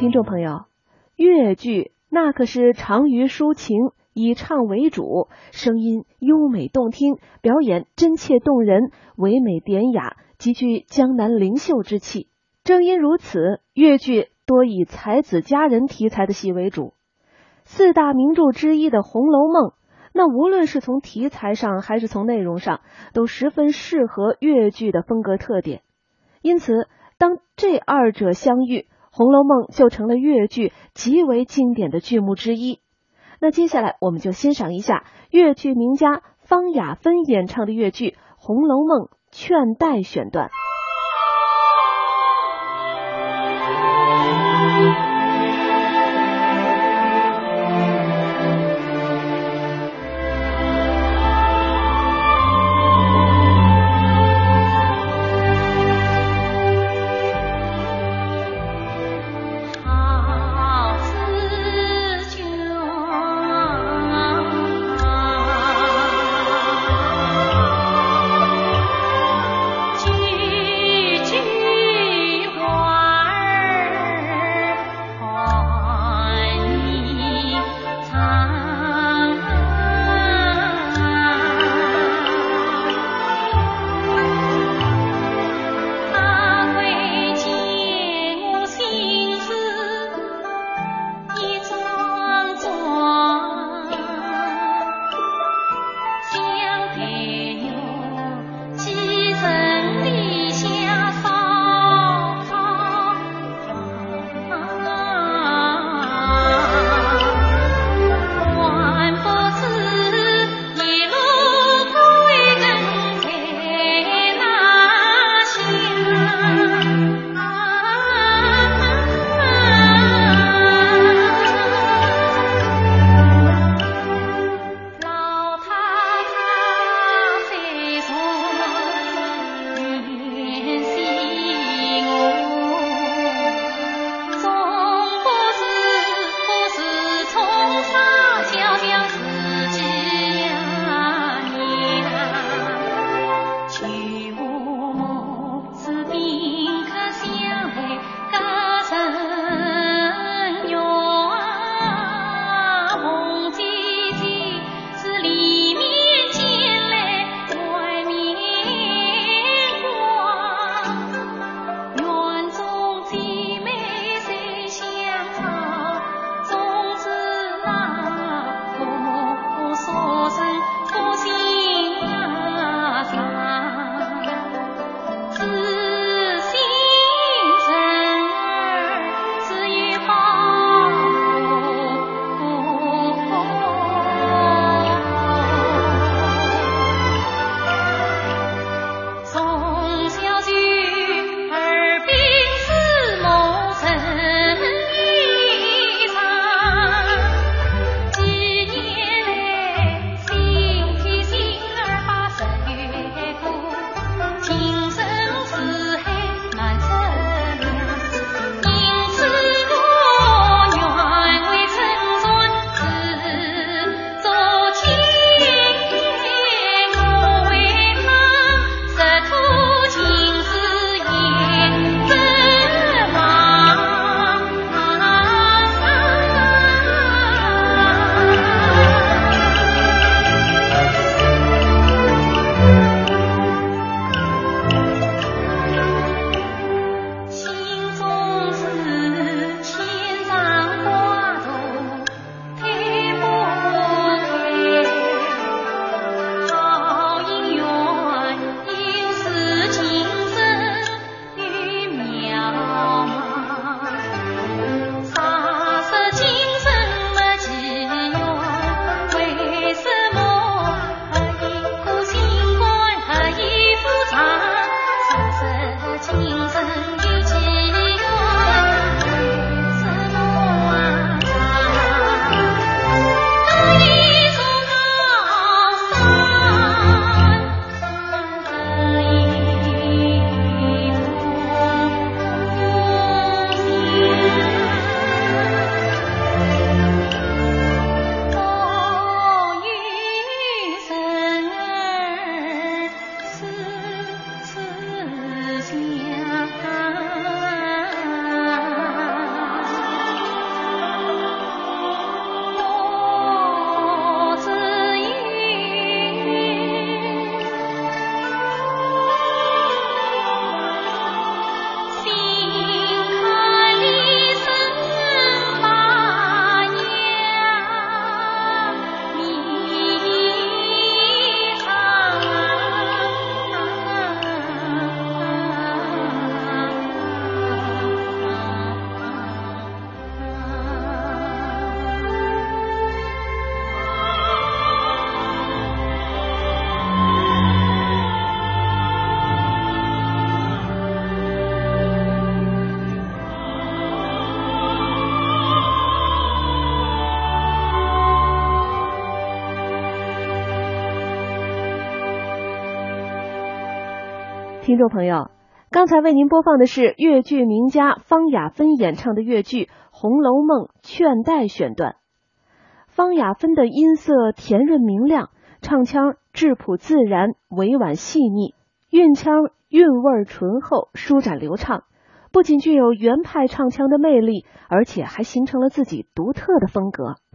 听众朋友，越剧那可是长于抒情，以唱为主，声音优美动听，表演真切动人，唯美典雅，极具江南灵秀之气。正因如此，越剧多以才子佳人题材的戏为主。四大名著之一的《红楼梦》，那无论是从题材上还是从内容上，都十分适合越剧的风格特点。因此，当这二者相遇，《红楼梦》就成了越剧极为经典的剧目之一。那接下来我们就欣赏一下越剧名家方雅芬演唱的越剧《红楼梦》劝代选段。 君听众朋友，刚才为您播放的是粤剧名家方雅芬演唱的粤剧《红楼梦·劝代》选段。方雅芬的音色甜润明亮，唱腔质朴自然，委婉细腻，韵腔韵味醇厚，舒展流畅，不仅具有原派唱腔的魅力，而且还形成了自己独特的风格。